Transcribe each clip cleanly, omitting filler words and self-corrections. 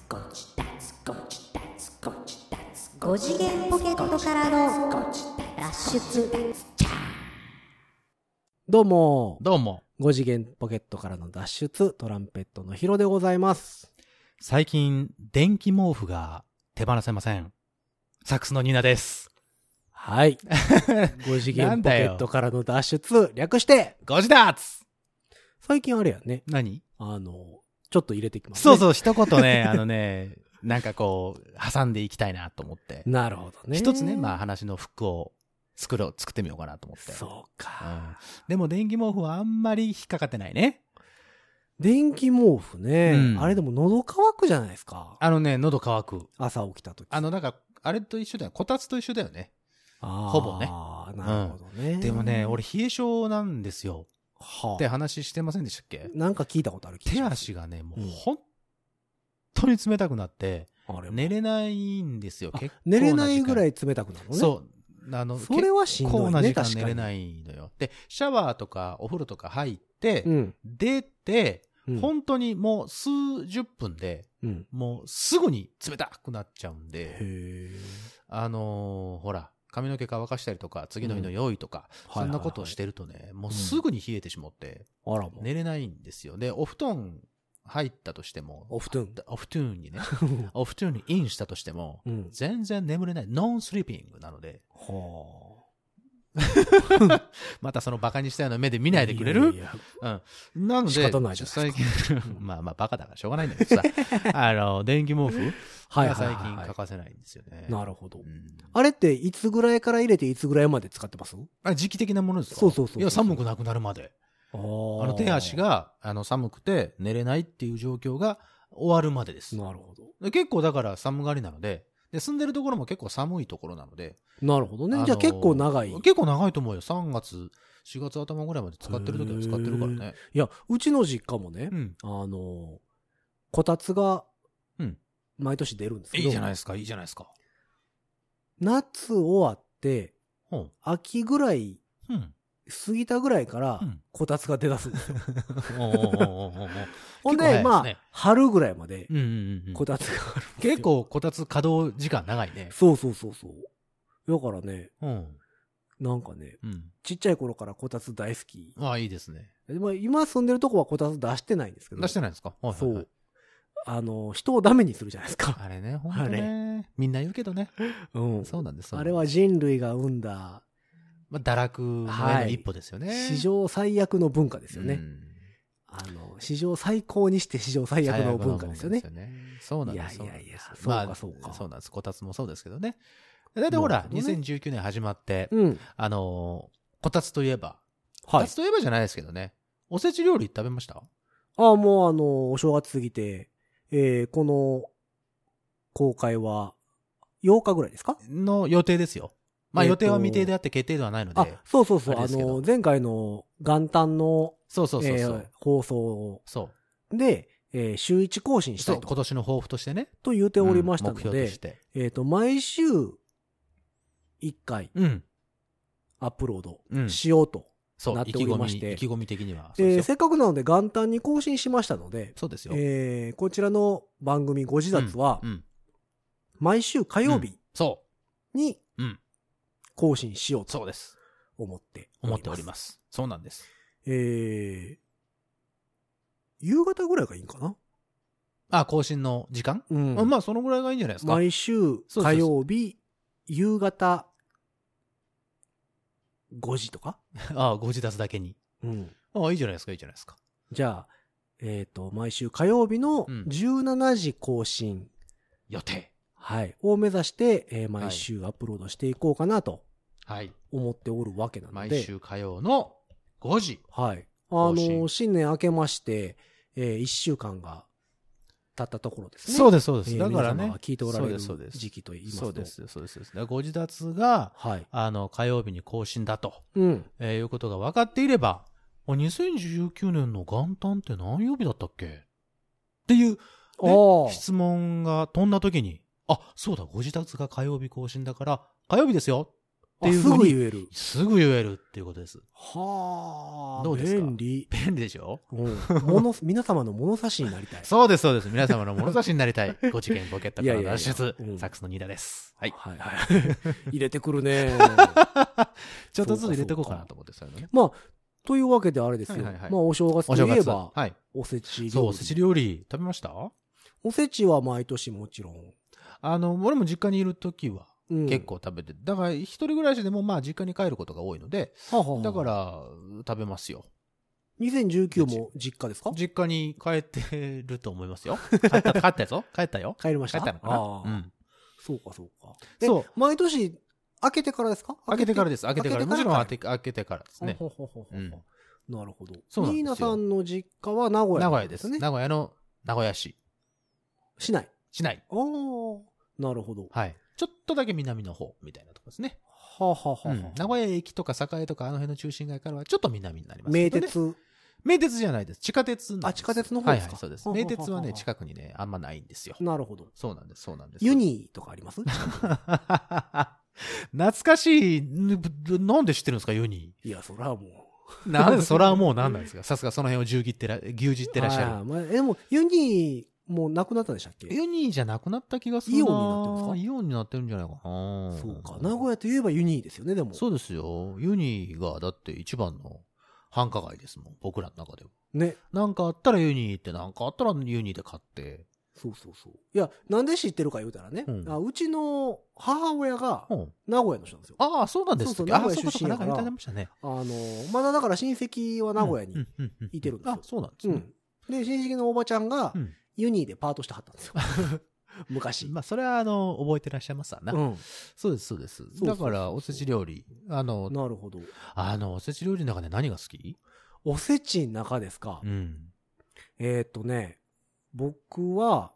5次元ポケットからの脱出。 どうも 5 次元ポケットからの脱出、トランペットのヒロでございます。 最近電気毛布が手放せません。サックスのニーナです。 はい5次元ポケットからの脱出、略して 5次脱。 最近あれやね、 何ちょっと入れてきますね。 そう一言ねなんかこう挟んでいきたいなと思ってなるほどね。 一つね、まあ話のフックを作ってみようかなと思って。 そうか、 でも電気毛布はあんまり引っかかってないね。 電気毛布ね、あれでも喉乾くじゃないですか。 喉乾く。 朝起きた時。 なんかあれと一緒だよ。こたつと一緒だよね。ほぼね。 なるほどね、 でもね、俺冷え性なんですよ。 はあ、 って話してませんでしたっけ？ なんか聞いたことある気がします。 手足がね、もう本当に冷たくなって、寝れないんですよ。結構寝れないぐらい冷たくなるのね。 そう。 それはしんどいね。 結構な時間寝れないのよ。で、シャワーとかお風呂とか入って、出て、本当にもう数十分で、もうすぐに冷たくなっちゃうんで、ほら、髪の毛乾かしたりとか、次の日の用意とか、そんなことをしてるとね、もうすぐに冷えてしまって、寝れないんですよ。で、お布団入ったとしても、お布団にね、お布団にインしたとしても、全然眠れない。ノンスリーピングなので、またそのバカにしたような目で見ないでくれる？なので、 仕方ないじゃないですか。 まあバカだからしょうがないんだけどさ、電気毛布が最近欠かせないんですよね。 なるほど。あれっていつぐらいから入れていつぐらいまで使ってます？ 時期的なものですか？ そう。 いや、寒くなくなるまで。手足が寒くて寝れないっていう状況が終わるまでです。 なるほど。 結構だから寒がりなので、住んでるところも結構寒いところなので。 なるほどね。じゃあ結構長い。 結構長いと思うよ。3月、4月頭ぐらいまで使ってる時は使ってるからね。 いや、うちの実家もね、こたつが、毎年出るんですけど。 いいじゃないですか、いいじゃないですか。 夏終わって、秋ぐらい、過ぎたぐらいから、こたつが出だすんですよ。ほんで、まあ、春ぐらいまで、こたつがある。 結構、こたつ稼働時間長いね。 そう。だからね、なんかね、ちっちゃい頃からこたつ大好き。 ああ、いいですね。 今住んでるとこはこたつ出してないんですけど。 出してないんですか？ そう。人をダメにするじゃないですか。 あれね、ほんとね。みんな言うけどね。そうなんです。 あれは人類が生んだ、 堕落の上の一歩ですよね。 史上最悪の文化ですよね。史上最高にして史上最悪の文化ですよね。 そうなんです。 いや、そうか。 そうなんです。こたつもそうですけどね。だいたいほら、2019年始まって、こたつといえば、こたつといえばじゃないですけどね、おせち料理食べました？ もうお正月過ぎて、この公開は8日ぐらいですか？ の予定ですよ。まあ予定は未定であって決定ではないので。 そう。前回の元旦の放送で、週1更新したいと。 今年の抱負としてね。 と言うておりましたので、 目標として。 毎週1回、アップロードしようとなっておりまして。 意気込み的には。 せっかくなので元旦に更新しましたので、 そうですよ。 こちらの番組ご自立は、毎週火曜日に、更新しようと思っております。そうなんです。 夕方ぐらいがいいんかな？更新の時間？まあそのぐらいがいいんじゃないですか。 毎週火曜日夕方5時とか 5時出すだけに。いいじゃないですか。 じゃあ毎週火曜日の17時更新予定を目指して、毎週アップロードしていこうかなと思っておるわけなので、 毎週火曜の5時。 新年明けまして、1週間が経ったところですね。 そうです。だからね、 聞いておられる時期と言いますと。 そうです。ご自立が、火曜日に更新だと、いうことが分かっていれば、2019年の元旦って何曜日だったっけっていう、質問が飛んだ時に、そうだ、ご自立が火曜日更新だから、火曜日ですよっていうすぐ言える。 すぐ言えるっていうことです。 はあ。 どうですか？ 便利。 便利でしょ？ 皆様の物差しになりたい。 そうです、そうです。皆様の物差しになりたい。ご知見ポケットから脱出。サックスのニダです。はい。 はいはい。入れてくるね。 ちょっとずつ入れていこうかなと思って、そういうのね。 まあ、というわけであれですよ。まあ、お正月といえば、おせち料理。 そう、おせち料理食べました？ おせちは毎年もちろん。 俺も実家にいるときは、結構食べて、だから一人暮らしでもまあ実家に帰ることが多いので、だから食べますよ。 2019も実家ですか？ 実家に帰ってると思いますよ。帰ったよ。 帰りました。 帰ったのかな？ そうかそうか。そう。毎年開けてからですか？ 開けてからです。開けてから。もちろん開けてからですね。 なるほど。 ニーナさんの実家は名古屋ですね。 名古屋の名古屋市。 市内。なるほど。 はい。ちょっとだけ南の方みたいなところですね。名古屋駅とか栄とかあの辺の中心街からはちょっと南になりますね。名鉄じゃないです。地下鉄なんです。 地下鉄の方ですか？ はい、そうです。名鉄はね、近くにね、あんまないんですよ。 なるほど。 そうなんです。 ユニとかあります？ 懐かしい。なんで知ってるんですか、ユニ？ いや、そらもう。なんで、そらもう何なんですか？さすがその辺を牛耳ってらっしゃる。 でも、ユニもうなくなったんでしたっけ？ ユニじゃなくなった気がするな。 イオンになってるんですか？ イオンになってるんじゃないかな。 そうか。名古屋といえばユニですよね、でも。 そうですよ。ユニがだって一番の繁華街ですもん。僕らの中では。 ね。 なんかあったらユニって、なんかあったらユニで買って。 そう。いや、なんで知ってるか言うたらね。うちの母親が名古屋の人なんですよ。 ああ、そうなんですか。 名古屋出身やから。まだだから親戚は名古屋にいてるんですよ。 あ、そうなんですね。 で、親戚のおばちゃんが、ユニでパートしてはったんですよ。昔。 まあ、それは、覚えてらっしゃいますわな。そうです。だから、おせち料理。なるほど。 おせち料理の中で何が好き？ おせちの中ですか？僕は、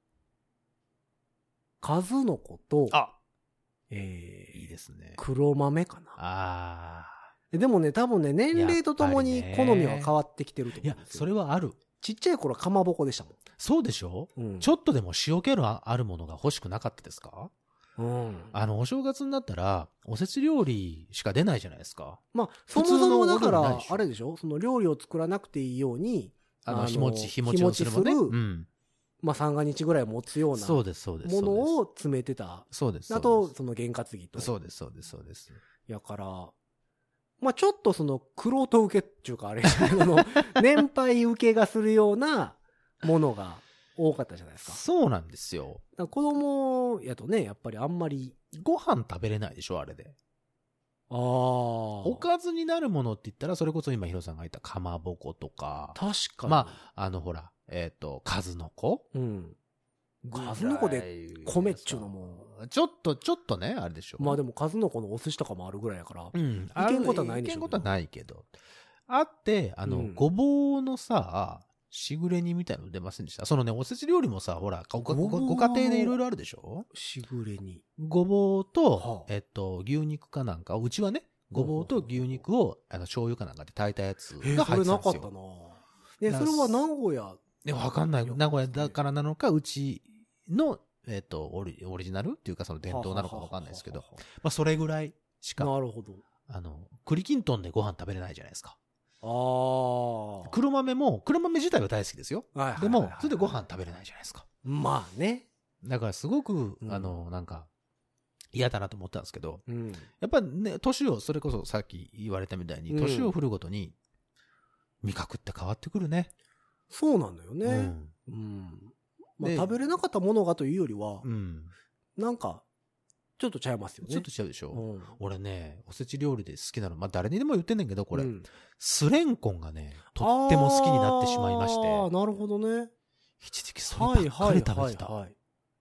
数の子と、 いいですね。 黒豆かな。でもね、多分ね、年齢とともに好みは変わってきてると思うんですよ。 いや、それはある。 ちっちゃい頃はかまぼこでしたもん。 そうでしょ？ちょっとでも塩気のあるものが欲しくなかったですか？お正月になったら、おせち料理しか出ないじゃないですか。 まあ、そもそもだから、あれでしょ？その料理を作らなくていいように、 日持ちをするもんね。 まあ、三が日ぐらい持つようなものを詰めてた。 そうです。 あと、その験担ぎと。 そうです。 やから、まあ、ちょっとその、玄人受けっていうか、あれ、年配受けがするようなものが多かったじゃないですか。 そうなんですよ。 子供やとね、やっぱりあんまり。 ご飯食べれないでしょ、あれで。おかずになるものって言ったら、それこそ今ヒロさんが言ったかまぼことか。 確かに。 まあ、ほら、数の子？ 数の子で米っちゅうのも。 ちょっとね、あれでしょ。 まあでも数の子のお寿司とかもあるぐらいやから。いけんことはないでしょ。 いけんことはないけど。あって、ごぼうのさ、しぐれ煮みたいなの出ませんでした？そのね、おせち料理もさ、ほら、ご家庭でいろいろあるでしょ？ しぐれ煮。 ごぼうと、牛肉かなんか、うちはね、ごぼうと牛肉を、醤油かなんかで炊いたやつが入ってたんですよ。 それなかったな。それは名古屋？ わかんない。名古屋だからなのか、うちの、オリジナルっていうか、その伝統なのかわかんないですけど、まあ、それぐらいしか。 なるほど。 栗きんとんでご飯食べれないじゃないですか。 黒豆自体は大好きですよ。でも、それでご飯食べれないじゃないですか。 まあね。 だからすごく、なんか、嫌だなと思ったんですけど、やっぱね、それこそさっき言われたみたいに、年を振るごとに、味覚って変わってくるね。 そうなんだよね。まあ、食べれなかったものがというよりは、なんか、ちょっとちゃいますよね。 ちょっと違うでしょ。俺ね、おせち料理で好きなの、まあ誰にでも言ってんねんけど、これ、スレンコンがね、とっても好きになってしまいまして。 なるほどね。 一時期そればっかり食べてた。 へ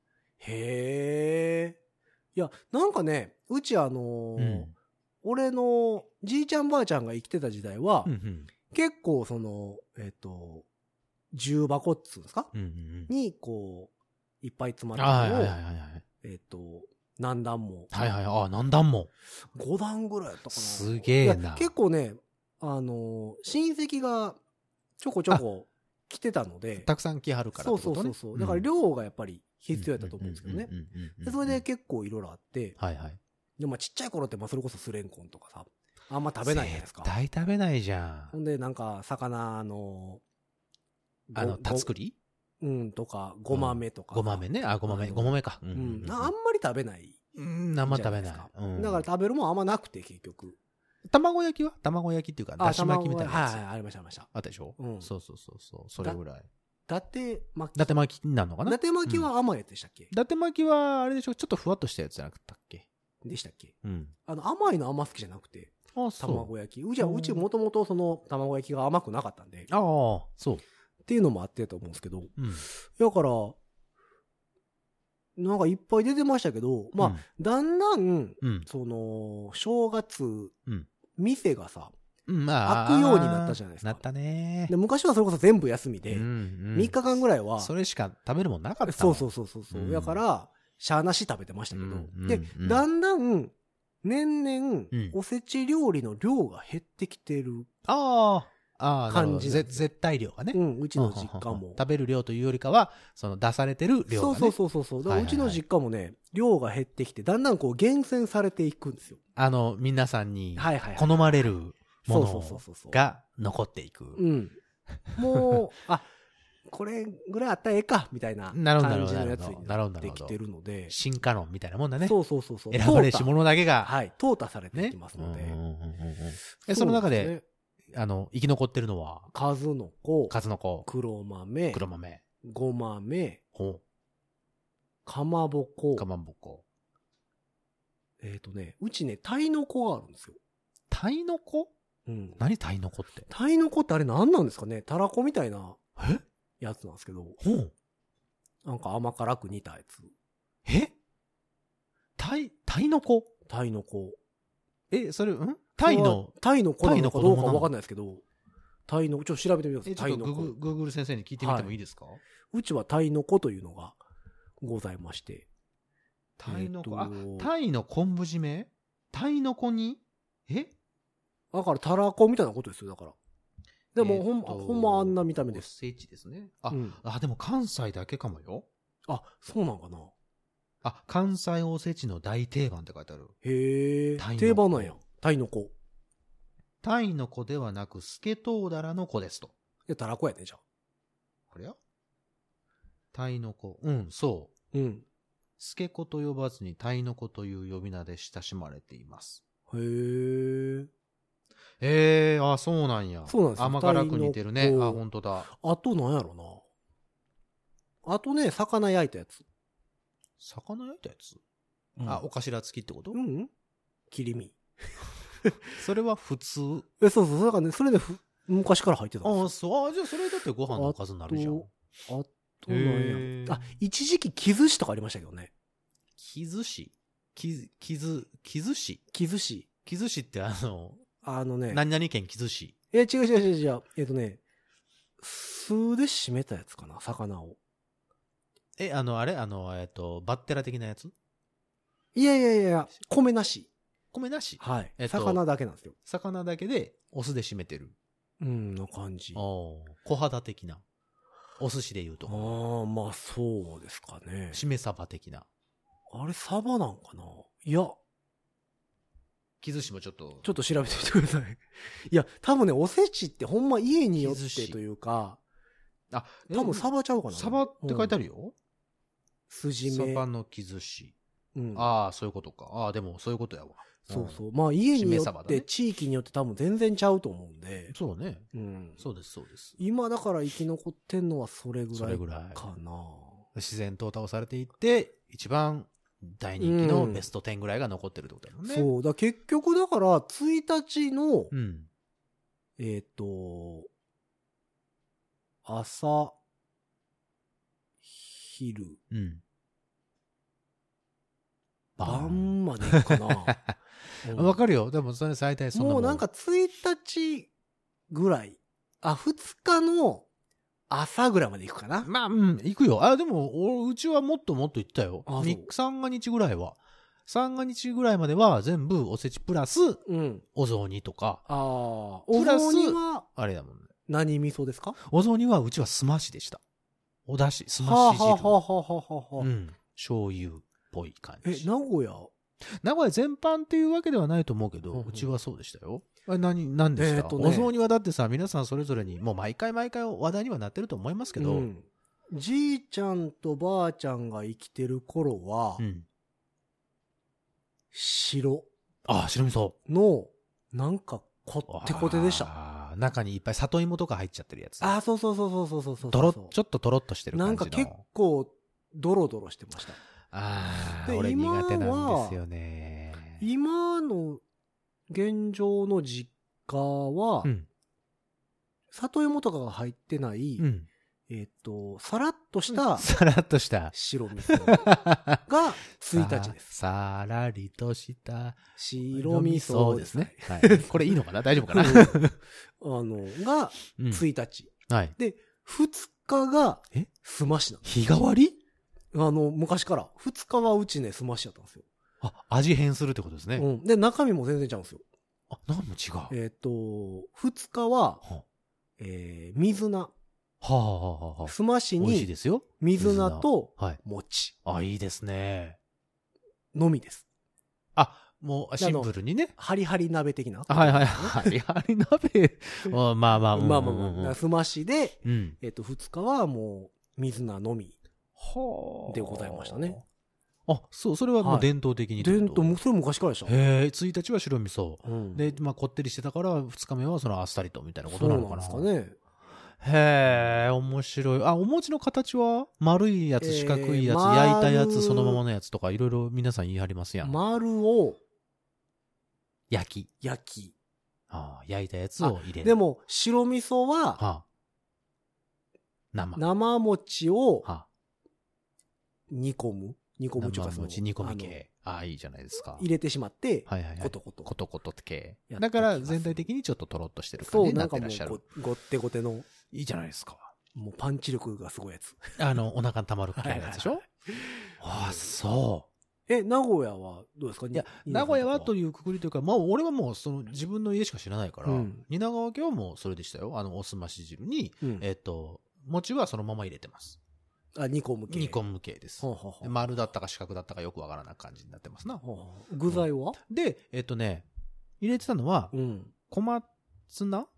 え。いや、なんかね、うち俺のじいちゃんばあちゃんが生きてた時代は、結構その、重箱っつうんですか、に、こう、いっぱい詰まったのを、何段も。 何段も。 5段ぐらいやったかな。 すげえな。 結構ね、親戚がちょこちょこ来てたので。 たくさん来はるからってことね。 そう。だから量がやっぱり必要やったと思うんですけどね。それで結構いろいろあって。 でもちっちゃい頃ってそれこそスレンコンとかさ、あんま食べないじゃないですか。 絶対食べないじゃん。 ほんでなんか魚のタツクリとか、ごまめとか。 ごまめね。ごまめか。 あんまり食べない。 あんま食べない。 だから食べるもんあんまなくて、結局。 卵焼きは卵焼きっていうか、だし巻きみたいなやつ。 はい、ありました。 あったでしょ？そう。それぐらい。 伊達巻き。 伊達巻きになるのかな？ 伊達巻きは甘いやつでしたっけ？ 伊達巻きは、あれでしょ？ちょっとふわっとしたやつじゃなかったっけ？ でしたっけ？ うん。 甘いのあんま好きじゃなくて。卵焼き。うちもともとその卵焼きが甘くなかったんで。 ああ、そう。 っていうのもあってと思うんですけど。だから、なんかいっぱい出てましたけど、だんだん、その、正月、店がさ、開くようになったじゃないですか。 なったね。 で、昔はそれこそ全部休みで、3日間ぐらいは。 それしか食べるもんなかった。 そう。だから、しゃーなし食べてましたけど。で、だんだん、年々、おせち料理の量が減ってきてる。感じ。 絶対量がね。 うちの実家も。 食べる量というよりかは、その出されてる量がね。 そう。だからうちの実家もね、量が減ってきて、だんだんこう厳選されていくんですよ。 皆さんに好まれるものが残っていく。 もう、これぐらいあったらええか、みたいな感じのやつになってきてるので。 進化論みたいなもんだね。 そう。 選ばれし者だけが。 はい、淘汰されていきますので。 その中で、生き残ってるのは数の子、 黒豆、 ごまめ、かまぼこ。うちね、鯛の子があるんですよ。 鯛の子？何鯛の子って？ 鯛の子ってあれ何なんですかね？たらこみたいなやつなんですけど。なんか甘辛く煮たやつ。 鯛の子？ 鯛の子。 それ、タイの子なのかどうかわかんないですけど、タイの、ちょっと調べてみてください。 タイの子。グーグル先生に聞いてみてもいいですか？ うちはタイの子というのがございまして。 タイの子、タイの昆布締め？タイの子に？ だからたらこみたいなことですよ、だから。でも、ほんまあんな見た目です。 聖地ですね。でも関西だけかもよ。 そうなんかな。 関西おせちの大定番って書いてある。 へえ。定番なんや。タイの子。 タイの子ではなく、スケトウダラの子ですと。 たらこやね、じゃあ。 これやタイの子。そう。スケコと呼ばずにタイの子という呼び名で親しまれています。 へえ。そうなんや。 そうなんですよ。 甘辛く似てるね。本当だ。 あとなんやろな。あとね、魚焼いたやつ。 魚焼いたやつ？お頭付きってこと？ 切り身。 それは普通？ そう。だからね、それで昔から入ってたんですよ。 そう。じゃあそれだってご飯のおかずになるじゃん。 あとなんや。一時期、木寿司とかありましたけどね。 木寿司？木寿司？ 木寿司。 木寿司ってね。 何々県木寿司？ 違う。酢で締めたやつかな、魚を。 バッテラ的なやつ？ いや、米なし。 米なし？ はい。魚だけなんですよ。 魚だけで、お酢で締めてる。 の感じ。 小肌的な。お寿司で言うと。 そうですかね。 締め鯖的な。 あれ、鯖なんかな？いや。 木寿司もちょっと調べてみてください。いや、多分ね、おせちってほんま家によってというか、多分鯖ちゃうかな。 鯖って書いてあるよ。 酢締め。 鯖の木寿司。そういうことか。でもそういうことやわ。 そう。家によって、地域によって多分全然ちゃうと思うんで。 そうね。そうです。 今だから生き残ってんのはそれぐらいかな。 自然淘汰されていって、一番大人気のベスト10ぐらいが残ってるってことだもんね。 そう。結局だから、1日の、朝、昼、晩までかな。 わかるよ。でもそれ最大そんなもん。 もうなんか1日ぐらい。2日の朝ぐらいまで行くかな。 行くよ。でも、うちはもっと行ったよ。三が日ぐらいは。三が日ぐらいまでは全部おせちプラス、お雑煮とか。 お雑煮は、 あれだもんね。 何味噌ですか？ お雑煮はうちはすましでした。お出汁、すまし汁。醤油っぽい感じ。 名古屋名古屋全般っていうわけではないと思うけど、うちはそうでしたよ。何でした？お雑煮はだってさ、皆さんそれぞれに、もう毎回話題にはなってると思いますけど、 じいちゃんとばあちゃんが生きてる頃は、白味噌の、なんかこってこてでした。 中にいっぱい里芋とか入っちゃってるやつ。 そう。ちょっととろっとしてる感じの。 なんか結構、ドロドロしてました。 俺苦手なんですよね。 今の現状の実家は、里芋とかが入ってない、さらっとした白味噌が1日です。 さらりとした白味噌ですね。これいいのかな？大丈夫かな？ が1日。で、2日がすましなんです。 日替わり？ 昔から。2日はうちね、すましやったんですよ。 味変するってことですね。 で、中身も全然ちゃうんですよ。 中身も違う。2日は、水菜。すましに、水菜と餅。 いいですね。 のみです。 もうシンプルにね。 ハリハリ鍋的な。 ハリハリ鍋。 すましで、2日はもう水菜のみでございましたね。 それはもう伝統的に。 伝統、それ昔からでした。 1日は白味噌。で、こってりしてたから、2日目はそのあっさりとみたいなことなのかな。 そうなんですかね。 面白い。お餅の形は丸いやつ、四角いやつ、焼いたやつ、そのままのやつとか、いろいろ皆さん言い張りますやん。 丸を、 焼き。 焼いたやつを入れる。 でも、白味噌は、生餅を、煮込む生餅煮込み系。いいじゃないですか。 入れてしまって、コトコト系。だから全体的にちょっととろっとしてる感じになってらっしゃる。 ごってごての。 いいじゃないですか。 もうパンチ力がすごいやつ。 お腹に溜まる系のやつでしょ？そう。 名古屋はどうですか？ 名古屋はというくくりというか、俺はもう自分の家しか知らないから、蜷川家はもうそれでしたよ。おすまし汁に、餅はそのまま入れてます。 煮込む系です。丸だったか四角だったかよくわからない感じになってますな。 具材は？ で、入れてたのは、小松菜、ナ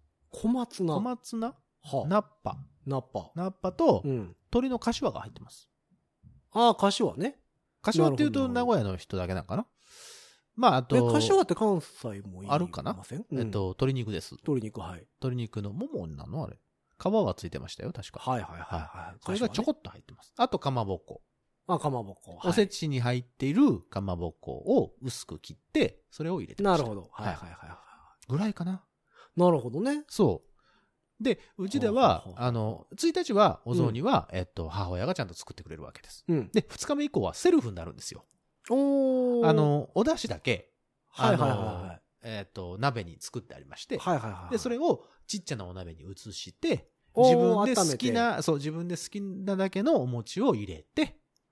ッパと、鶏の柏が入ってます。 柏ね。 柏っていうと名古屋の人だけなんかな。あと。 柏って関西もあるかな？鶏肉です。 鶏肉、はい。 鶏肉のももなのあれ。皮はついてましたよ、確か。それがちょこっと入ってます。あと、かまぼっこ。 かまぼっこ。 おせちに入っているかまぼっこを薄く切って、それを入れてました。 なるほど。 ぐらいかな。 なるほどね。 そう。で、うちでは、1日は、お雑煮は、母親がちゃんと作ってくれるわけです。で、2日目以降はセルフになるんですよ。お出汁だけ、鍋に作ってありまして、で、それをちっちゃなお鍋に移して、自分で好きなだけのお餅を入れて、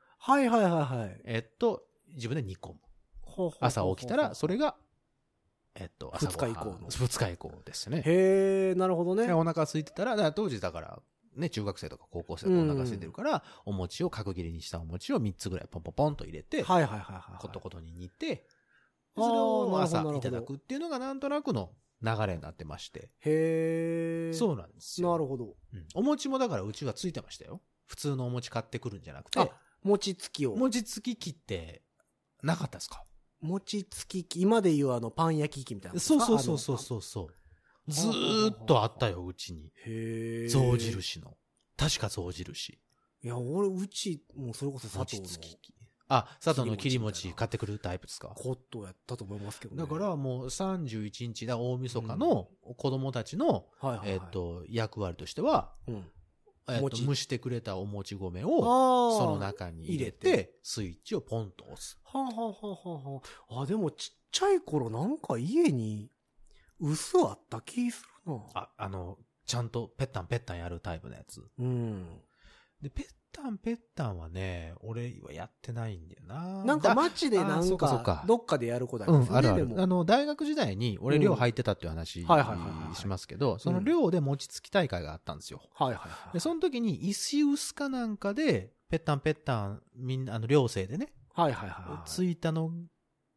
自分で煮込む。朝起きたら、それが、 2日以降の。 2日以降ですね。 なるほどね。 お腹空いてたら、当時だから、ね、中学生とか高校生とかお腹空いてるから、お餅を角切りにしたお餅を3つぐらいポンポンポンと入れて、コトコトに煮て、それを朝いただくっていうのがなんとなくの流れになってまして。そうなんですよ。 なるほど。 お餅もだからうちはついてましたよ。普通のお餅買ってくるんじゃなくて。 餅つき器ってなかったですか？ 餅つき器、今でいうパン焼き器みたいな。 そう。ずーっとあったよ、うちに。象印の。確か象印。 いや、うち、もうそれこそ佐藤の。 餅つき器。佐藤の切り餅買ってくるタイプですか？ コットやったと思いますけどね。 だからもう31日だ、大晦日の子供たちの、役割としては、蒸してくれたおもち米をその中に入れて、スイッチをポンと押す。 でもちっちゃい頃なんか家に薄あった気するな。 ちゃんとペッタンペッタンやるタイプのやつ。で、ペッタンはね、俺はやってないんだよな。 なんか街でなんか、どっかでやる子だよね。 あるある。大学時代に俺寮入ってたっていう話しますけど、その寮で餅つき大会があったんですよ。で、その時に石臼かなんかで、ペッタンみんな、寮生でね、ついたの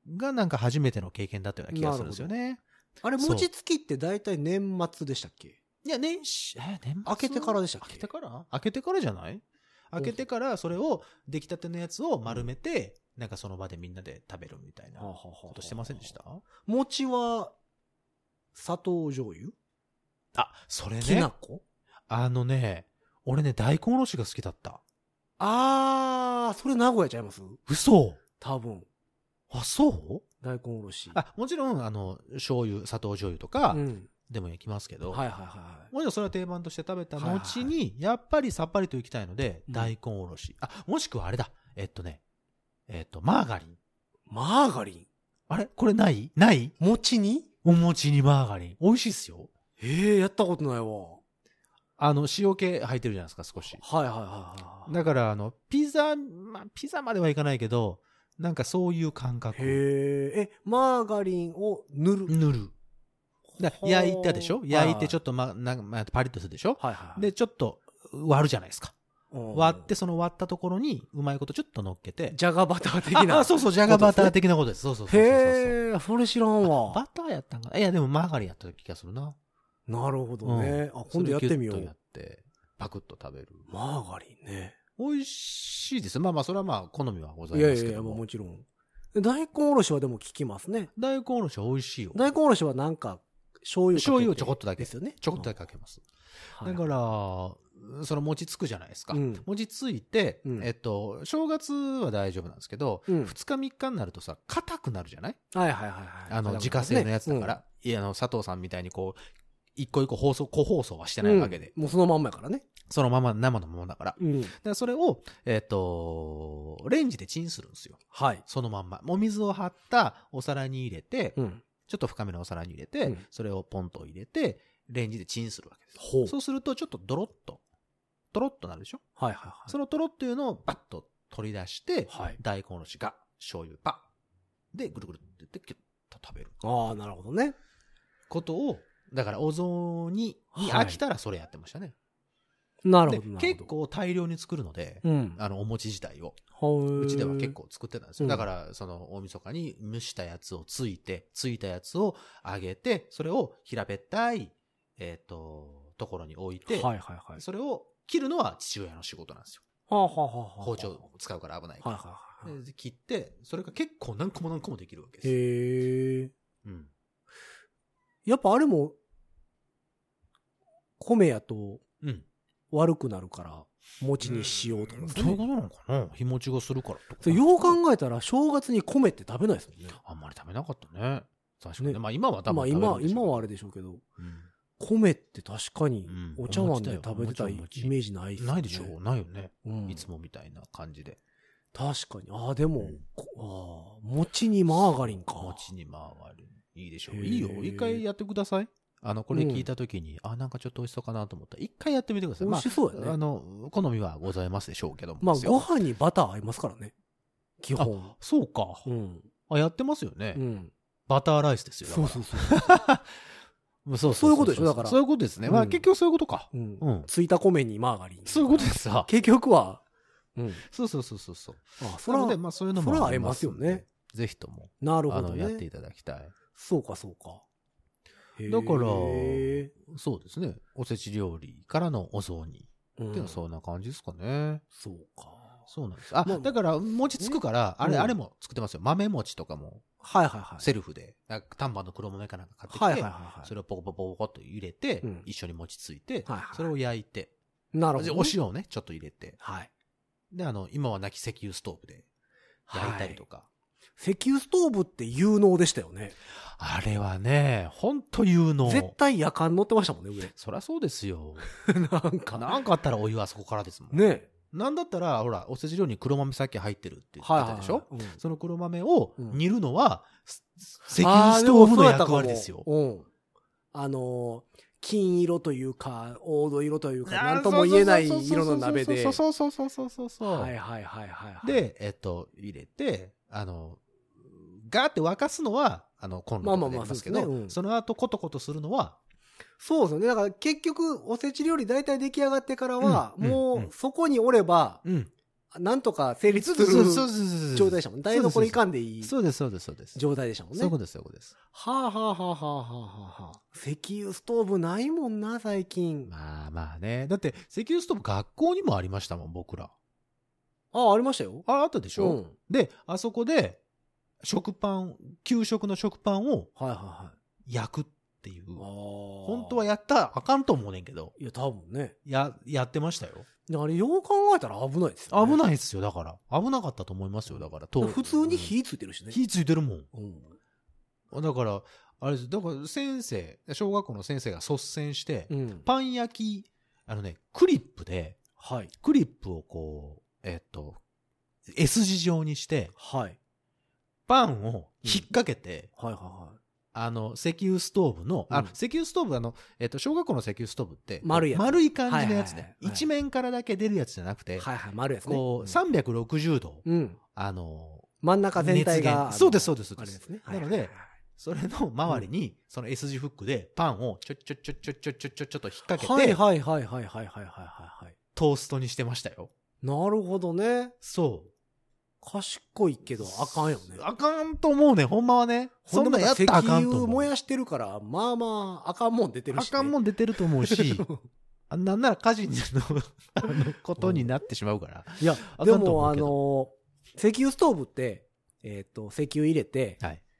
がなんか初めての経験だったような気がするんですよね。 あれ、餅つきって大体年末でしたっけ？ いや、年末開けてからでしたっけ？ 開けてからじゃない？開けてからそれを出来たてのやつを丸めて、なんかその場でみんなで食べるみたいなことしてませんでした？ 餅は砂糖醤油？ あ、それね。 きな粉？ 俺ね、大根おろしが好きだった。 それ名古屋ちゃいます？ 嘘？ 多分。 あ、そう？ 大根おろし。 もちろん、醤油、砂糖醤油とか、でもいきますけど、もちろんそれは定番として食べた後に、やっぱりさっぱりといきたいので、大根おろし。もしくはあれだ。マーガリン。 マーガリン？ あれこれない餅に？ お餅にマーガリン。美味しいっすよ。 やったことないわ。 塩気入ってるじゃないですか、少し。だから、ピザまではいかないけど、なんかそういう感覚。 マーガリンを塗る。 焼いたでしょ？焼いてちょっとパリッとするでしょ？で、ちょっと割るじゃないですか。割って、その割ったところにうまいことちょっと乗っけて。 ジャガバター的な。 そうそう、ジャガバター的なことです。そう。 それ知らんわ。 バターやったんかな？いや、でもマーガリンやった気がするな。 なるほどね。今度やってみよう。 やって、パクッと食べる。 マーガリンね。 美味しいです。それは好みはございますけども。 もちろん。大根おろしはでも効きますね。 大根おろしは美味しいよ。 大根おろしはなんか、醤油をちょこっとだけ。 ですよね。 ちょこっとだけかけます。だから、その餅つくじゃないですか。餅ついて、正月は大丈夫なんですけど、2日3日になるとさ、硬くなるじゃない？自家製のやつだから。佐藤さんみたいにこう、一個一個個包装はしてないわけで。 もうそのまんまやからね。 そのまま、生のままだから。だからそれを、レンジでチンするんですよ。そのまんま。お水を張ったお皿に入れて、ちょっと深めのお皿に入れて、それをポンと入れて、レンジでチンするわけです。そうすると、ちょっとドロッとなるでしょ？そのトロッというのをバッと取り出して、大根おろしが醤油パッでぐるぐるって言ってキュッと食べる。 なるほどね。 ことを、だからお雑煮に飽きたらそれやってましたね。 なるほど。 結構大量に作るので、お餅自体を。うちでは結構作ってたんですよ。だから、その大晦日に蒸したやつをついたやつを揚げて、それを平べったい、ところに置いて、それを切るのは父親の仕事なんですよ。包丁を使うから危ないから。で切って、それが結構何個もできるわけですよ。 やっぱあれも、米やと、悪くなるから、餅にしようとか、 そういうことなのかな？日持ちがするからとか。 よう考えたら、正月に米って食べないですもんね。 あんまり食べなかったね。確かに。今は多分今はあれでしょうけど、米って確かにお茶碗で食べてたイメージないですね。 ないでしょ？ないよね。いつもみたいな感じで。 確かに。でも、餅にマーガリンか。 餅にマーガリン。いいでしょう。いいよ。一回やってください。これ聞いたときに、なんかちょっと美味しそうかなと思ったら、一回やってみてください。 美味しそうやね。 好みはございますでしょうけども。 ご飯にバター合いますからね。基本。 そうか。やってますよね。バターライスですよ。 そういうことでしょ？だから。 そういうことですね。結局そういうことか。 ついた米にマーガリン。 そういうことですわ。 結局は。 そう。それで、そういうのも合いますよね。 ぜひとも。 なるほど。 やっていただきたい。 そうか。 だから、そうですね。おせち料理からのお雑煮。っていうのはそんな感じですかね。 そうか。 そうなんです。だから、餅つくから、あれも作ってますよ。豆餅とかも。セルフで。丹波の黒豆かなんか買ってきて、それをポコポコポコっと入れて、一緒に餅ついて、それを焼いて。 なるほど。 お塩をね、ちょっと入れて。で、今はなき石油ストーブで焼いたりとか。 石油ストーブって有能でしたよね。 あれはね、ほんと有能。 絶対夜間乗ってましたもんね、上。 そりゃそうですよ。 なんかあったらお湯はそこからですもん。 ね。 なんだったら、ほら、おせち料理に黒豆さっき入ってるって言ってたでしょ？その黒豆を煮るのは、石油ストーブの役割ですよ。 金色というか、黄土色というか、なんとも言えない色の鍋で。 そう。 はい。 で、入れて、ガーって沸かすのは、コンロとかでやりますけど、その後コトコトするのは、 そうですよね。だから結局、おせち料理大体出来上がってからは、もうそこにおれば、 なんとか成立する状態でしたもん。台所いかんでいい。 そうです、そうです、そうです。 状態でしたもんね。 そういうことです、そういうことです。 はあはあはあはあはあはあ。石油ストーブないもんな、最近。 まあまあね。だって、石油ストーブ学校にもありましたもん、僕ら。 ありましたよ。 あったでしょ、で、あそこで、給食の食パンを、焼くっていう。本当はやったらあかんと思うねんけど。 いや、多分ね。 やってましたよ。 あれ、よう考えたら危ないですよね。危ないですよ、だから。危なかったと思いますよ、だから。 普通に火ついてるしね。 火ついてるもん。だから、あれです。だから小学校の先生が率先して、パン焼き、クリップで、クリップをこう、S 字状にして、パンを引っ掛けて、石油ストーブの、石油ストーブ小学校の石油ストーブって、丸い感じのやつで、一面からだけ出るやつじゃなくて、 丸いやつね。 こう、360度、 真ん中全体が。 そうです、そうです。なので、それの周りに、その S 字フックでパンをちょっと引っ掛けて、トーストにしてましたよ。 なるほどね。 そう。 賢いけどあかんよね。 あかんと思うね、ほんまはね。 そんなやったらあかんと思う。石油燃やしてるから、まあまあ、あかんもん出てるし、 あかんもん出てると思うし、なんなら火事のことになってしまうから。 いや、でも石油ストーブって、石油入れて、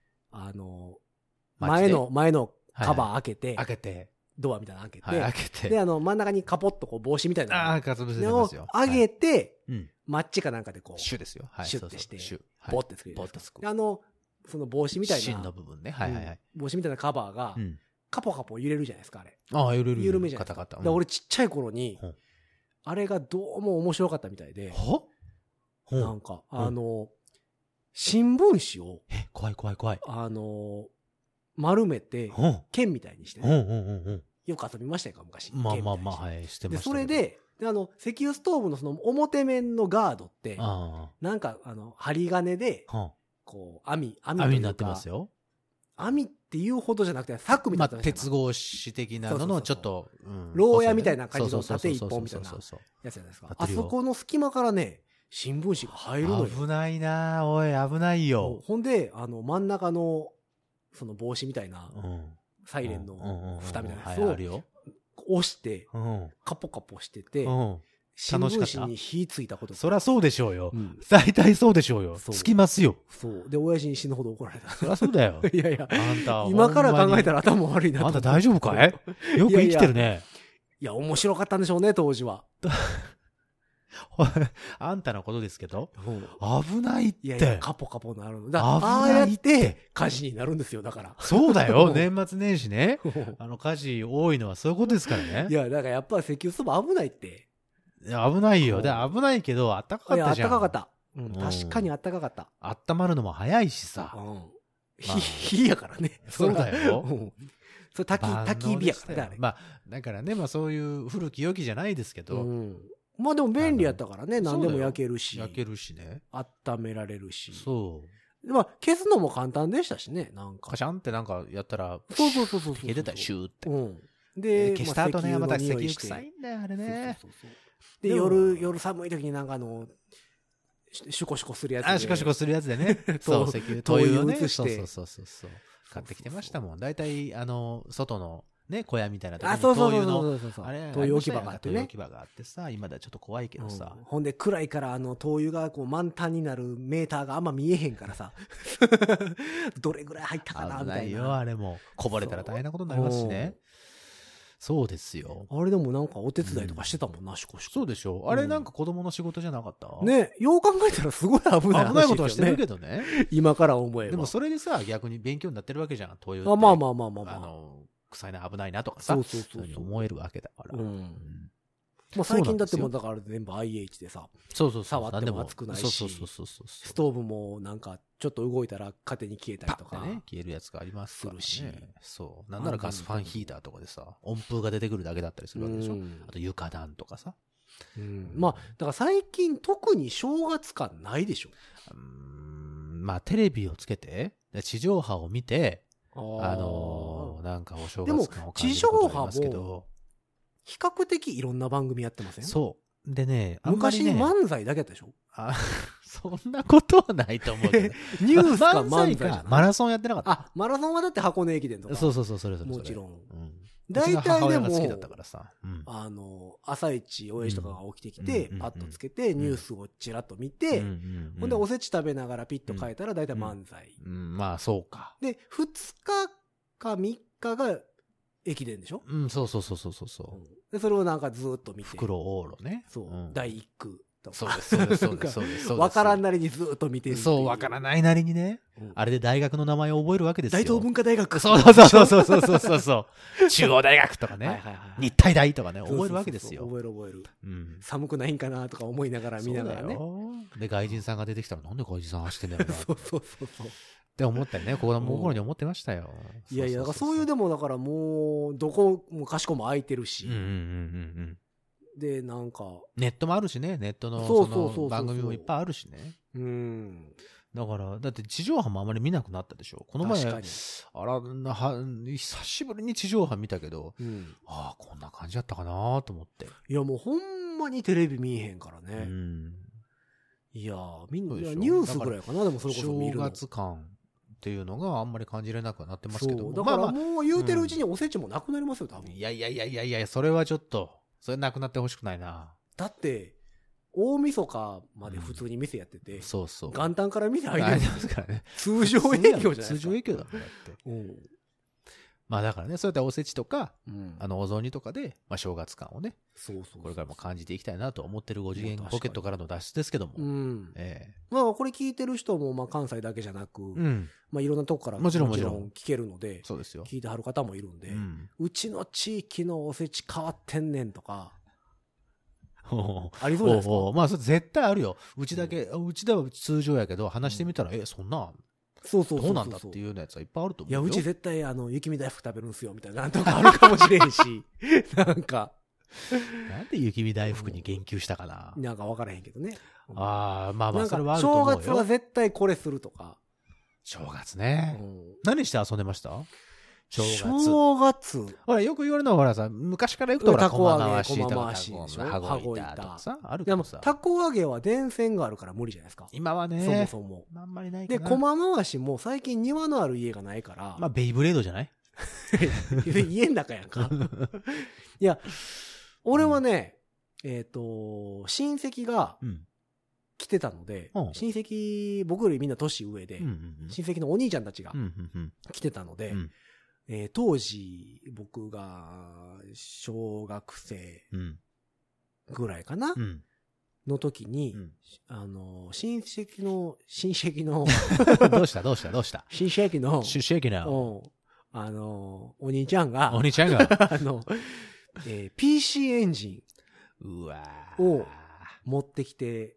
前のカバー開けて、ドアみたいなの開けて、で、真ん中にカポッとこう帽子みたいなのを上げて、マッチかなんかでこう、 シュですよ。 シュッてして、ボッてつける。その帽子みたいな。 芯の部分ね。 帽子みたいなカバーが、カポカポ揺れるじゃないですか、あれ。 緩めじゃないですか。俺ちっちゃい頃に、あれがどうも面白かったみたいで、なんか、新聞紙を、 怖い。 丸めて、剣みたいにしてね。よく遊びましたよ、昔。 まあ、してました。 で、それで、石油ストーブのその表面のガードって、なんか、針金で、こう、網になってますよ。 網っていうほどじゃなくて、サックみたいな。 鉄格子的なのの、ちょっと、 牢屋みたいな感じの縦一本みたいなやつじゃないですか。あそこの隙間からね、新聞紙が入るのよ。 危ないなおい、危ないよ。 ほんで、真ん中の、その帽子みたいな、サイレンの蓋みたいなやつを押して、カポカポしてて、新聞紙に火ついたこと。 そりゃそうでしょうよ。大体そうでしょうよ。つきますよ。 そう。で、親父に死ぬほど怒られた。 そりゃそうだよ。 いやいや、あんた今から考えたら頭悪いな。 あんた大丈夫かい？よく生きてるね。 いや、面白かったんでしょうね、当時は。 あんたのことですけど、危ないって。いやいや、カポカポなるの。ああやって火事になるんですよ、だから。 そうだよ、年末年始ね。火事多いのはそういうことですからね。 いや、だからやっぱ石油ストーブ危ないって。 いや、危ないよ。危ないけど、あったかかったじゃん。 あったかかった。確かにあったかかった。 温まるのも早いしさ。 火やからね。 そうだよ。 それ焚き火やからね。 まあ、だからね、まあそういう古き良きじゃないですけど。 まあでも便利やったからね、何でも焼けるし。 焼けるしね。 温められるし。 そう。 まあ、消すのも簡単でしたしね、なんか。 カシャンってなんかやったら、 そう。 消えてたよ、シューって。 で、 消した後ね、また石油臭いんだよ、あれね。 で、夜寒い時になんかシュコシュコするやつで。 シュコシュコするやつでね。そう、石油、灯油をね。そう。買ってきてましたもん。大体、外の、ね、小屋みたいなところに灯油の、あれ、 灯油置き場があってね。 灯油置き場があってさ、今ではちょっと怖いけどさ。 ほんで、暗いから灯油がこう満タンになるメーターがあんま見えへんからさ。どれぐらい入ったかなみたいな。 危ないよ、あれも。こぼれたら大変なことになりますしね。そうですよ。 あれでもなんかお手伝いとかしてたもんな、シュコシュコ。 そうでしょ。あれなんか子供の仕事じゃなかった？ ね、よう考えたらすごい危ない話ですよね。 危ないことはしてるけどね。 今から思えば。 でもそれでさ、逆に勉強になってるわけじゃん、灯油って。 まあ。 臭いな、危ないなとかさ。そう思えるわけだから。 まあ最近だってもうだから全部 IH でさ。触っても熱くないし。ストーブもなんかちょっと動いたら勝手に消えたりとか。 ね、消えるやつがありますからね。そう。なんならガスファンヒーターとかでさ、温風が出てくるだけだったりするわけでしょ。あと床暖とかさ。 まあ、だから最近特に正月感ないでしょ。 まあテレビをつけて、地上波を見て、なんかお正月感を感じることがありますけど。 比較的いろんな番組やってません？ そう。 でね、あんまり昔ね、 漫才だけやったでしょ？ そんなことはないと思うけど。 ニュースか漫才か、マラソンやってなかった。 あ、マラソンはだって箱根駅伝とか。 そう、それ。 もちろん。 大体でも、 好きだったからさ。朝一、親父とかが起きてきて、パッとつけて、ニュースをちらっと見て、ほんでおせち食べながらピッと変えたら大体漫才。 まあ、そうか。 で、2日か3日が駅伝でしょ？ そう。 で、それをなんかずっと見て。 袋往路ね。 そう。第1区。 そうです。 わからんなりにずっと見てる。 そう、わからないなりにね。あれで大学の名前を覚えるわけですよ。 大東文化大学。 そう。中央大学とかね。日体大とかね、覚えるわけですよ。 覚える。寒くないんかなとか思いながら見ながらね。 で、外人さんが出てきたら、なんで外人さん走ってんだよな。 そう。 って思ったりね、子供心に思ってましたよ。 いや、だからそういうでもだからもう、どこもかしこも空いてるし。で、なんか。 ネットもあるしね、ネットのその番組もいっぱいあるしね。だから、だって地上波もあまり見なくなったでしょ。この前、久しぶりに地上波見たけど、こんな感じだったかなと思って。 いや、もうほんまにテレビ見えへんからね。いや、みんな、ニュースぐらいかな、でもそれこそ見るの。 正月感っていうのがあんまり感じれなくなってますけど。 だからもう言うてるうちにおせちもなくなりますよ、多分。 いや、それはちょっと、それなくなってほしくないな。 だって、大晦日まで普通に店やってて、 そう。 元旦から店開いてますからね。 通常営業じゃないですか。 通常営業だもんだって。まあだからね、そうやっておせちとか、お雑煮とかで、まあ正月感をね、これからも感じていきたいなと思ってる5次元ポケットからの脱出ですけども。 まあこれ聞いてる人も、まあ関西だけじゃなく、まあいろんなとこからもちろん聞けるので、 そうですよ。 聞いてはる方もいるんで、うちの地域のおせち変わってんねんとか、ありそうじゃないですか。 まあそれ絶対あるよ。うちでは通常やけど、話してみたら、そんな、どうなんだっていうやつはいっぱいあると思うよ。 いや、うち絶対雪見大福食べるんすよ、みたいななんとかあるかもしれんし、なんか。 なんで雪見大福に言及したかな。 なんか分からへんけどね。 まあ、それはあると思うよ。 正月は絶対これするとか。 正月ね。何して遊んでました？正月。 ほら、よく言われるのは、ほらさ、昔から行くとほら、駒回しとか、 羽子板とかさ、あるけどさ。たこ揚げは電線があるから無理じゃないですか。 今はね。 そも。 あんまりないかな。 で、駒回しも最近庭のある家がないから。 まあ、ベイブレードじゃない？ 家の中やんか。いや、俺はね、親戚が来てたので、親戚、僕よりみんな年上で、親戚のお兄ちゃんたちが来てたので、当時、僕が小学生ぐらいかな、の時に、親戚の、 どうした親戚の、お兄ちゃんが、PC エンジンを持ってきて、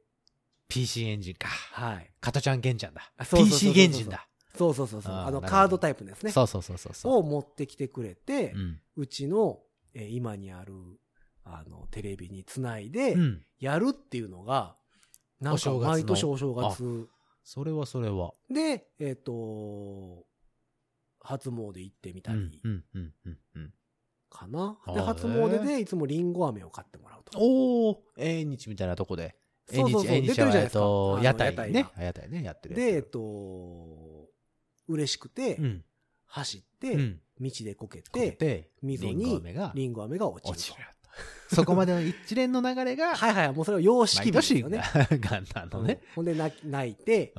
PC エンジンか。 はい。 加トちゃんゲンちゃんだ。PC エンジンだ。 そう。カードタイプですね。 そう。 を持ってきてくれて、うちの、今にある、テレビにつないで、やるっていうのが、なんか毎年お正月。 それは。 で、初詣行ってみたり、かな。で、初詣でいつもリンゴ飴を買ってもらうと。 縁日みたいなとこで。 縁日は屋台ね。屋台ね、やってる。 で、嬉しくて、走って、道でこけて、溝にリンゴ飴が落ちる。 そこまでの一連の流れが、 はい、もうそれは様式美ですよね。 元旦のね。 ほんで泣いて、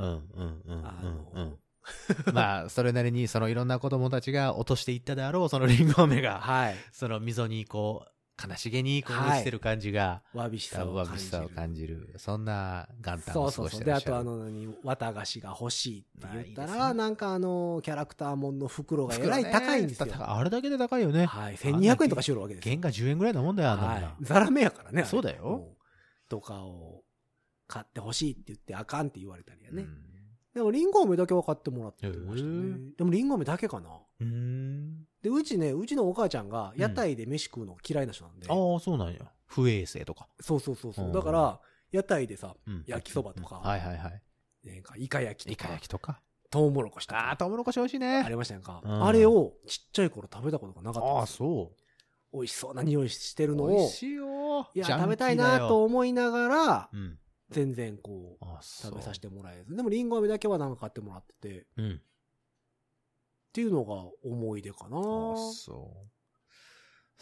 まあ、それなりに、そのいろんな子供たちが落としていったであろう、そのリンゴ飴が、その溝にこう、悲しげにこう落ちてる感じが、 わびしさを感じる。そんな元旦を過ごしてらっしゃる。 で、あと綿菓子が欲しいって言ったら、なんかキャラクターもんの袋がえらい高いんですよ。 あれだけで高いよね。 はい。1200円とかしよるわけですよ。 原価10円ぐらいなもんだよ、あんなもんな。 ザラメやからね。 そうだよ。 とかを買って欲しいって言ってあかんって言われたりやね。でもリンゴ飴だけは買ってもらってましたね。でもリンゴ飴だけかな。で、うちのお母ちゃんが屋台で飯食うの嫌いな人なんで。 ああ、そうなんや。不衛生とか。 そう。だから、屋台でさ、焼きそばとか。なんか、イカ焼きとか。トウモロコシとか。 トウモロコシ美味しいね。 ありましたやんか。あれをちっちゃい頃食べたことがなかった。 そう。 美味しそうな匂いしてるのを、 美味しいよ。 いや、食べたいなと思いながら、 うん、 全然こう、食べさせてもらえず。でも、リンゴ飴だけはなんか買ってもらってて、 うん、 っていうのが思い出かな。 そう。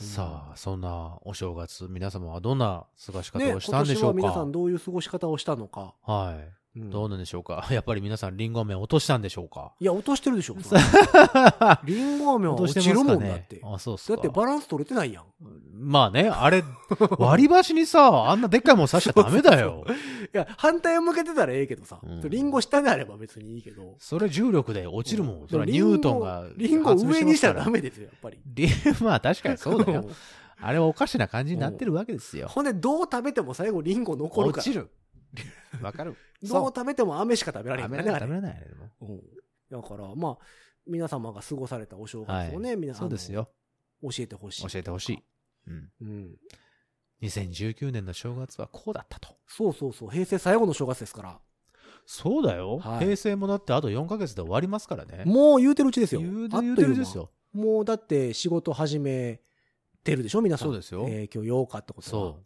さあ、そんなお正月、皆様はどんな過ごし方をしたんでしょうか。 今年は皆さんどういう過ごし方をしたのか。 はい。どうなんでしょうか。やっぱり皆さんリンゴ飴落としたんでしょうか。 いや、落としてるでしょ。リンゴ飴は落ちるもんだって。 あ、そうっすか。 だってバランス取れてないやん。 まあね、あれ、割り箸にさ、あんなでっかいもん刺しちゃダメだよ。 いや、反対を向けてたらええけどさ。リンゴ下であれば別にいいけど。 それ重力で落ちるもん。それはニュートンが。 リンゴ上にしたらダメですよ、やっぱり。 まあ確かにそうだよ。あれはおかしな感じになってるわけですよ。 ほんで、どう食べても最後リンゴ残るから。 落ちる。わかる。 どう食べても飴しか食べられない。 飴しか食べられない。 だから、まあ、皆様が過ごされたお正月をね、皆さん。 そうですよ。 教えてほしい。 教えてほしい。2019年の正月はこうだったと。 そうそうそう。平成最後の正月ですから。 そうだよ。平成もだってあと4ヶ月で終わりますからね。 もう言うてるうちですよ。 言うてるうちですよ。 もうだって仕事始めてるでしょ、皆さん。 そうですよ。 今日8日ってことは。そう。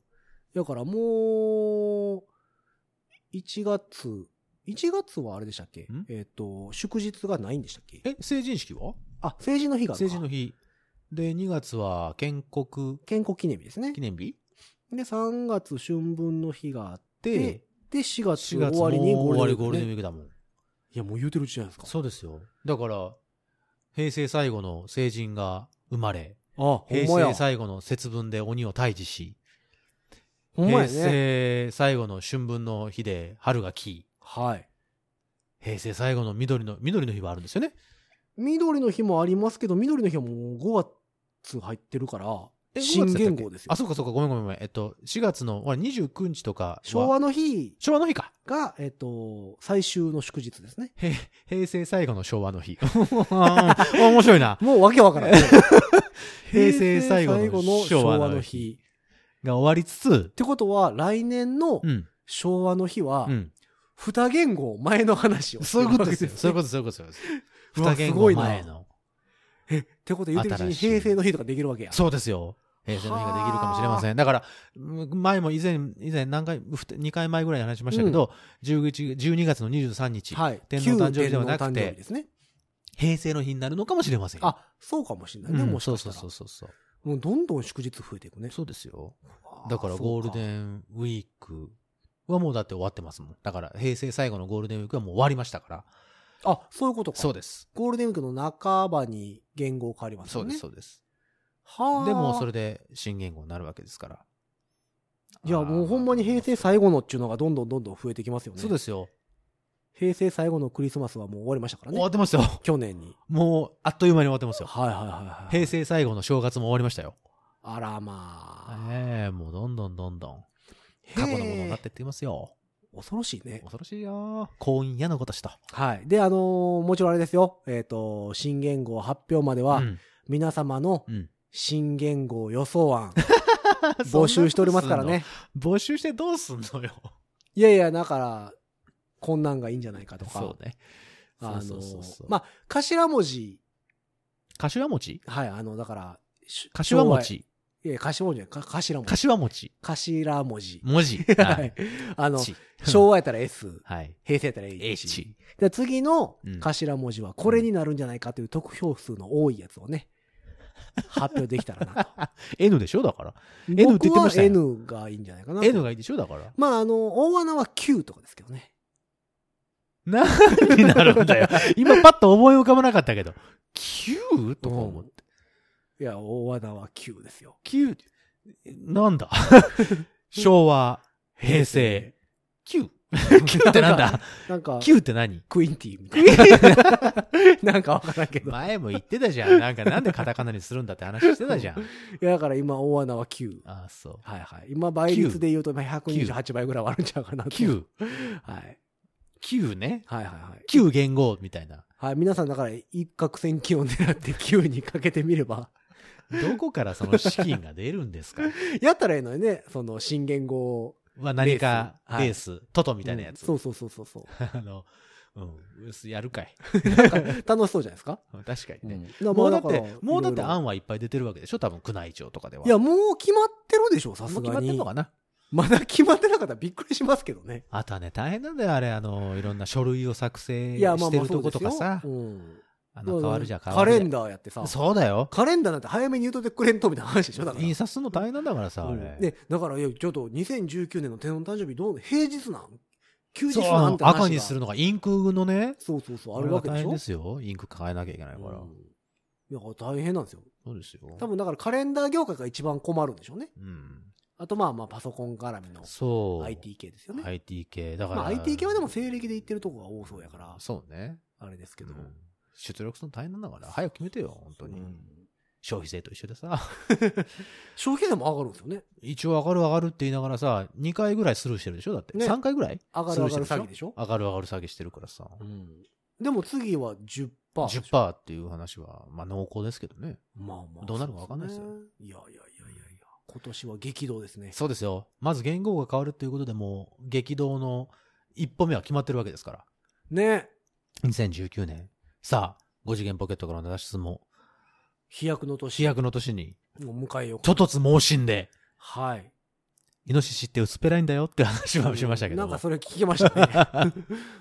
だからもう、1月はあれでしたっけ？祝日がないんでしたっけ？ 成人式は？ あ、成人の日があるか。 成人の日。で、2月は建国記念日ですね。 記念日で、3月春分の日があって、で、4月終わりにゴールデンウィークだもん。いや、もう言うてるうちじゃないですか。 そうですよ。だから、平成最後の成人が生まれ、平成最後の節分で鬼を退治し、平成最後の春分の日で春が来、はい。平成最後の緑の日はあるんですよね。緑の日もありますけど、緑の日はもう5月入ってるから、新元号ですよ。 あ、そうかそうか、ごめん。4月の29日とか。 昭和の日か。 が、最終の祝日ですね。 平成最後の昭和の日。面白いな。 もうわけわからない。 平成最後の昭和の日が終わりつつ。 ってことは、来年の昭和の日は、二元号前の話を。 そういうことですよ。そういうことです。二元号前の。 ってことで言うてるうちに平成の日とかできるわけや。 そうですよ。平成の日ができるかもしれません。だから、前も以前2回前ぐらいに話しましたけど、12月の23日、天皇誕生日ではなくて、平成の日になるのかもしれません。 あ、そうかもしれないね、もしかしたら。 そう。 もうどんどん祝日増えていくね。 そうですよ。だからゴールデンウィークはもうだって終わってますもん。だから平成最後のゴールデンウィークはもう終わりましたから。 あ、そういうことか。 そうです。 ゴールデンウィークの半ばに元号変わりますよね。 そうです。はあ。でもそれで新元号になるわけですから。 いや、もうほんまに平成最後のっていうのがどんどん増えてきますよね。 そうですよ。 平成最後のクリスマスはもう終わりましたからね。 終わってますよ。 去年に。 もう、あっという間に終わってますよ。 はい。 平成最後の正月も終わりましたよ。 あらまあ。 もうどんどん。過去のものになってっていますよ。 恐ろしいね。 恐ろしいよ。婚姻やのことしと。 はい。で、もちろんあれですよ。新元号発表までは、皆様の新元号予想案、募集しておりますからね。 募集してどうすんのよ。 いや、だから、こんなんがいいんじゃないかとか。 そうね。 まあ、頭文字。 頭文字？ はい、だから、 柏餅。 いや、頭文字じゃない、頭文字。 柏餅。 頭文字。 文字。 はい。昭和やったら S。 はい。 平成やったら H。で、次の頭文字はこれになるんじゃないかという得票数の多いやつをね、発表できたらなと。 N でしょだから。N って言ってましたよ。 N がいいんじゃないかな。 N がいいでしょだから。 まあ、大穴は9とかですけどね。 何になるんだよ。今パッと思い浮かばなかったけど。9? とか思って。 いや、大穴は9ですよ。 9、なんだ昭和、平成、9。9ってなんだなんか、 9って何？ クインティみたいな。なんかわからんけど。 前も言ってたじゃん。なんでカタカナにするんだって話してたじゃん。いや、だから今、大穴は9。 ああ、そう。 はい。今、倍率で言うと128倍ぐらいはあるんちゃうかなと。 9。 はい。 9ね。 はい。 9元号みたいな。 はい。皆さんだから一攫千金を狙って9にかけてみれば。 どこからその資金が出るんですか？ やったらいいのよね。その新元号。 は何かレース、トトみたいなやつ。 そう。 やるかい。 なんか楽しそうじゃないですか。 確かにね。 もうだって案はいっぱい出てるわけでしょ多分宮内庁とかでは。 いや、もう決まってるでしょ、さすがに。 もう決まってんのかな。 まだ決まってなかったらびっくりしますけどね。 あとはね、大変なんだよ、あれ、いろんな書類を作成してるとことかさ。変わるじゃん、変わる。 カレンダーやってさ。 そうだよ。 カレンダーなんて早めに言うとってくれんとみたいな話でしょ、だから。 印刷するの大変なんだからさ、あれ。 で、だから、ちょっと2019年の天皇誕生日平日なん休日なんて話が。 赤にするのがインクのね。 そう、あるわけでしょ。 大変ですよ。インク変えなきゃいけないから。 いや、大変なんですよ。 そうですよ。 多分だからカレンダー業界が一番困るんでしょうね。あとパソコン絡みの IT 系ですよね。 IT 系。だから。 IT 系はでも西暦で言ってるとこが多そうやから。 そうね。 あれですけど。 出力するの大変なんだから。早く決めてよ、本当に。消費税と一緒でさ。 消費税も上がるんですよね。 一応上がるって言いながらさ、2回ぐらいスルーしてるでしょだって。3回ぐらい上がる詐欺でしょ上がる詐欺してるからさ。 でも次は 10%。 10% っていう話は、濃厚ですけどね。どうなるか分かんないですよ。 いや。今年は激動ですね。 そうですよ。まず元号が変わるっていうことでもう、激動の一歩目は決まってるわけですから。 ね。 2019年。さあ、5次元ポケットからの脱出も。 飛躍の年に。迎えよう。 ととつ猛進で。 はい。 イノシシって薄っぺらいんだよって話はしましたけど。 なんかそれ聞きましたね。だから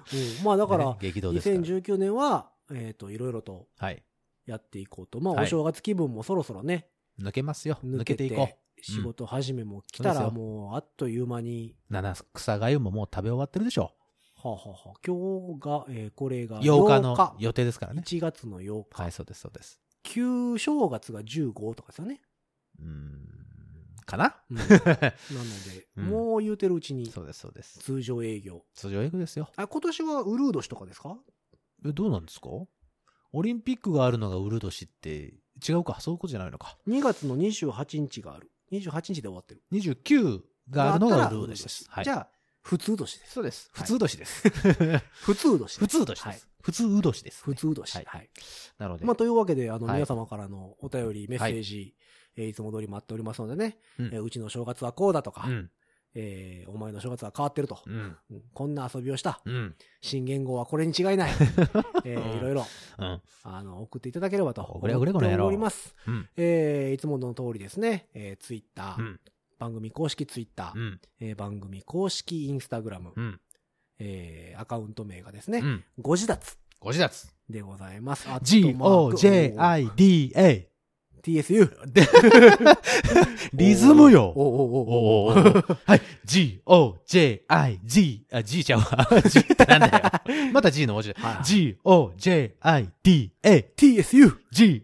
、2019年は、いろいろと、やっていこうと。お正月気分もそろそろね。 抜けますよ。抜けていこう。 仕事始めも来たらもうあっという間に。 七草がゆももう食べ終わってるでしょ。 今日が、これが 8日の予定ですからね。 1月の8日。 はい、そうです、そうです。 旧正月が15とかですよね。 かななので、もう言うてるうちに。 そうです、そうです。 通常営業。 通常営業ですよ。 今年はウルー年とかですか？ どうなんですか？オリンピックがあるのがウルー年って違うか、そういうことじゃないのか。 2月の28日がある。28日で終わってる。 29があるのがウルー年です。 じゃあ、普通年です。 そうです。普通年です。 普通年。 普通年です。普通年です。 普通年。はい。 なので。 というわけで、皆様からのお便り、メッセージ、いつも通り待っておりますのでね、うちの正月はこうだとか、お前の正月は変わってると、こんな遊びをした、新元号はこれに違いない、いろいろ、送っていただければと思っております。いつもの通りですね、ツイッター、番組公式ツイッター、番組公式インスタグラム、アカウント名がですね、ご自立でございます。 GOJIDA TSU リズムよ。はい。G-O-J-I-G。G ちゃうわ。G ってなんだよ。また G の文字だ。G-O-J-I-D-A。 TSU。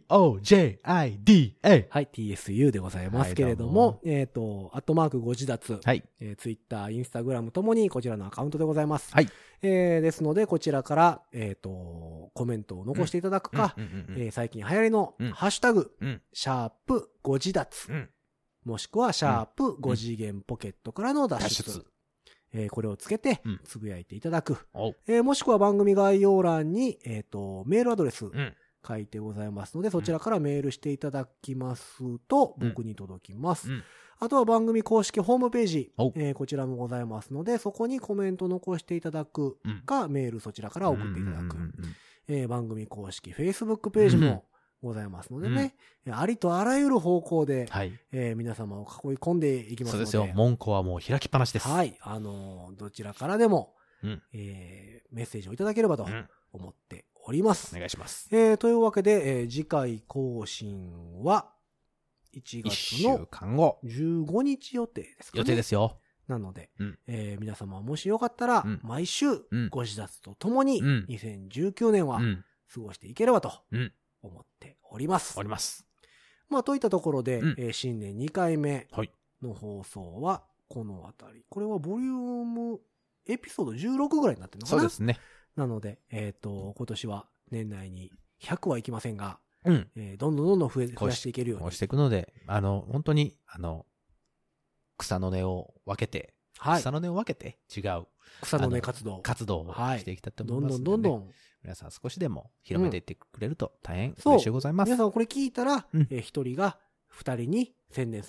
G-O-J-I-D-A。 はい。TSU でございますけれども、@ご自立。はい。Twitter、Instagram ともにこちらのアカウントでございます。はい。ですので、こちらから、コメントを残していただくか、最近流行りのハッシュタグ、#ご自立、もしくは#5次元ポケットからの脱出、これをつけてつぶやいていただく、もしくは番組概要欄に、メールアドレス書いてございますので、そちらからメールしていただきますと僕に届きます。あとは番組公式ホームページ、こちらもございますので、そこにコメント残していただくか、メールそちらから送っていただく。番組公式 Facebook ページもございますのでね、ありとあらゆる方向で、皆様を囲い込んでいきますので。 そうですよ。門戸はもう開きっぱなしです。 はい。どちらからでも、メッセージをいただければと思っております。 お願いします。 というわけで、次回更新は、1月の15日予定ですかね。 予定ですよ。 なので、皆様もしよかったら、毎週ご自立とともに、2019年は過ごしていければと思っております。といったところで、新年2回目の放送はこのあたり。これはボリュームエピソード16ぐらいになってるのかな。 そうですね。 なので、今年は年内に100はいきませんが、どんどん増やしていけるように。 していくので、本当に、草の根を分けて、草の根を分けて違う。 草の根活動をしていきたいと思いますので、 どんどん。 皆さん少しでも広めていってくれると大変嬉しいございます。 皆さんこれ聞いたら、一人が二人に宣伝する。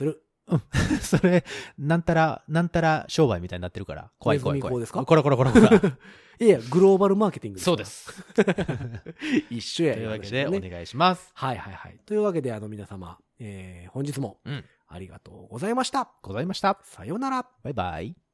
それ、なんたら商売みたいになってるから。怖い。 ですか？ こら。 いや、グローバルマーケティングです。 そうです。 一緒や。 というわけで、お願いします。 はい。というわけで、皆様、本日も、ありがとうございました。 さようなら。 バイバイ。